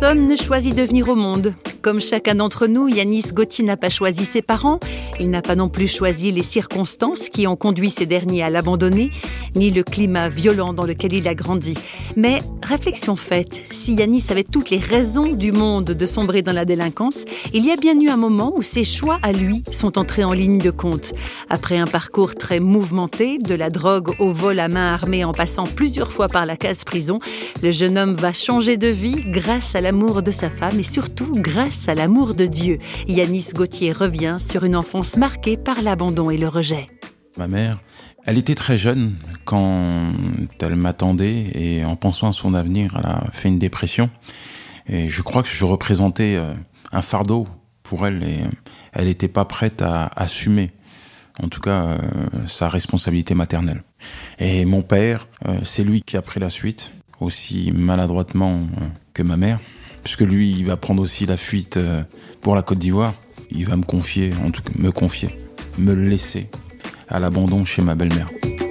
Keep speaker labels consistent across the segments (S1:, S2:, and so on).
S1: Personne ne choisit de venir au monde. Comme chacun d'entre nous, Yanis Gauthier n'a pas choisi ses parents, il n'a pas non plus choisi les circonstances qui ont conduit ces derniers à l'abandonner, ni le climat violent dans lequel il a grandi. Mais réflexion faite, si Yanis avait toutes les raisons du monde de sombrer dans la délinquance, il y a bien eu un moment où ses choix à lui sont entrés en ligne de compte. Après un parcours très mouvementé, de la drogue au vol à main armée en passant plusieurs fois par la case prison, le jeune homme va changer de vie grâce à l'amour de sa femme et surtout grâce à l'amour de Dieu. Yanis Gauthier revient sur une enfance marquée par l'abandon et le rejet.
S2: Ma mère, elle était très jeune quand elle m'attendait et en pensant à son avenir, elle a fait une dépression. Et je crois que je représentais un fardeau pour elle et elle n'était pas prête à assumer, en tout cas, sa responsabilité maternelle. Et mon père, c'est lui qui a pris la suite, aussi maladroitement que ma mère, puisque lui, il va prendre aussi la fuite pour la Côte d'Ivoire. Il va me confier, me laisser à l'abandon chez ma belle-mère.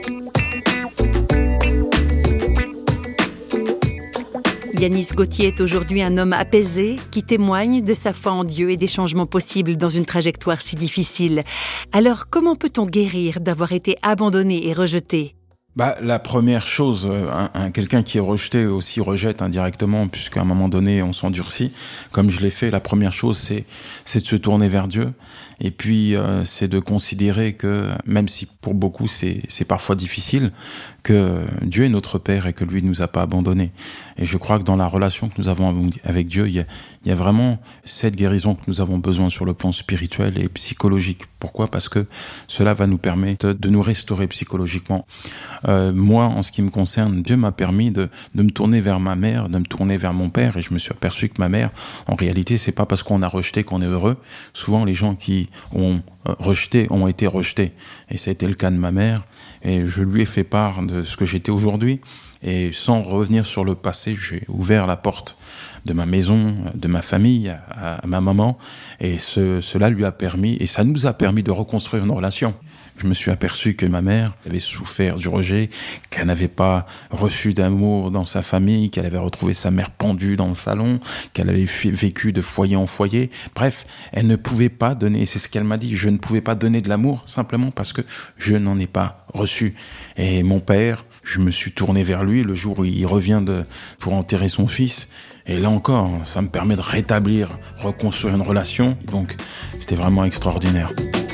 S1: Yanis Gauthier est aujourd'hui un homme apaisé qui témoigne de sa foi en Dieu et des changements possibles dans une trajectoire si difficile. Alors, comment peut-on guérir d'avoir été abandonné et rejeté ?
S2: La première chose, quelqu'un qui est rejeté aussi rejette indirectement, puisqu'à un moment donné, on s'endurcit. Comme je l'ai fait, la première chose, c'est de se tourner vers Dieu. Et puis, c'est de considérer que, même si pour beaucoup, c'est parfois difficile, que Dieu est notre Père et que lui ne nous a pas abandonnés. Et je crois que dans la relation que nous avons avec Dieu, il y a vraiment cette guérison que nous avons besoin sur le plan spirituel et psychologique. Pourquoi ? Parce que cela va nous permettre de nous restaurer psychologiquement. Moi, en ce qui me concerne, Dieu m'a permis de me tourner vers ma mère, de me tourner vers mon père, et je me suis aperçu que ma mère, en réalité, c'est pas parce qu'on a rejeté qu'on est heureux. Souvent, les gens qui ont rejeté ont été rejetés. Et ça a été le cas de ma mère. Et je lui ai fait part de ce que j'étais aujourd'hui. Et sans revenir sur le passé, j'ai ouvert la porte de ma maison, de ma famille, à ma maman. Et cela lui a permis, et ça nous a permis de reconstruire une relation. Je me suis aperçu que ma mère avait souffert du rejet, qu'elle n'avait pas reçu d'amour dans sa famille, qu'elle avait retrouvé sa mère pendue dans le salon, qu'elle avait vécu de foyer en foyer. Bref, elle ne pouvait pas donner, et c'est ce qu'elle m'a dit, je ne pouvais pas donner de l'amour simplement parce que je n'en ai pas reçu. Et mon père, je me suis tourné vers lui le jour où il revient pour enterrer son fils. Et là encore, ça me permet de rétablir, reconstruire une relation. Donc, c'était vraiment extraordinaire.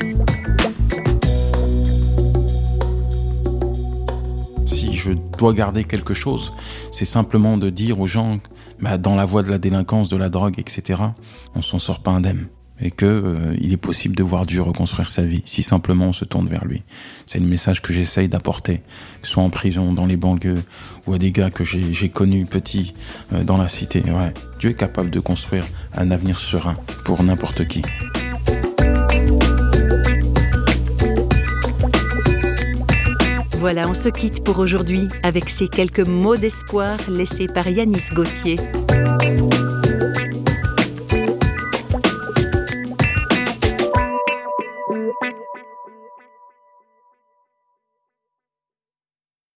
S2: Si je dois garder quelque chose, c'est simplement de dire aux gens, dans la voie de la délinquance, de la drogue, etc., on s'en sort pas indemne. Et il est possible de voir Dieu reconstruire sa vie, si simplement on se tourne vers lui. C'est le message que j'essaye d'apporter, soit en prison, dans les banlieues, ou à des gars que j'ai connus petits dans la cité. Ouais. Dieu est capable de construire un avenir serein pour n'importe qui.
S1: Voilà, on se quitte pour aujourd'hui avec ces quelques mots d'espoir laissés par Yanis Gauthier.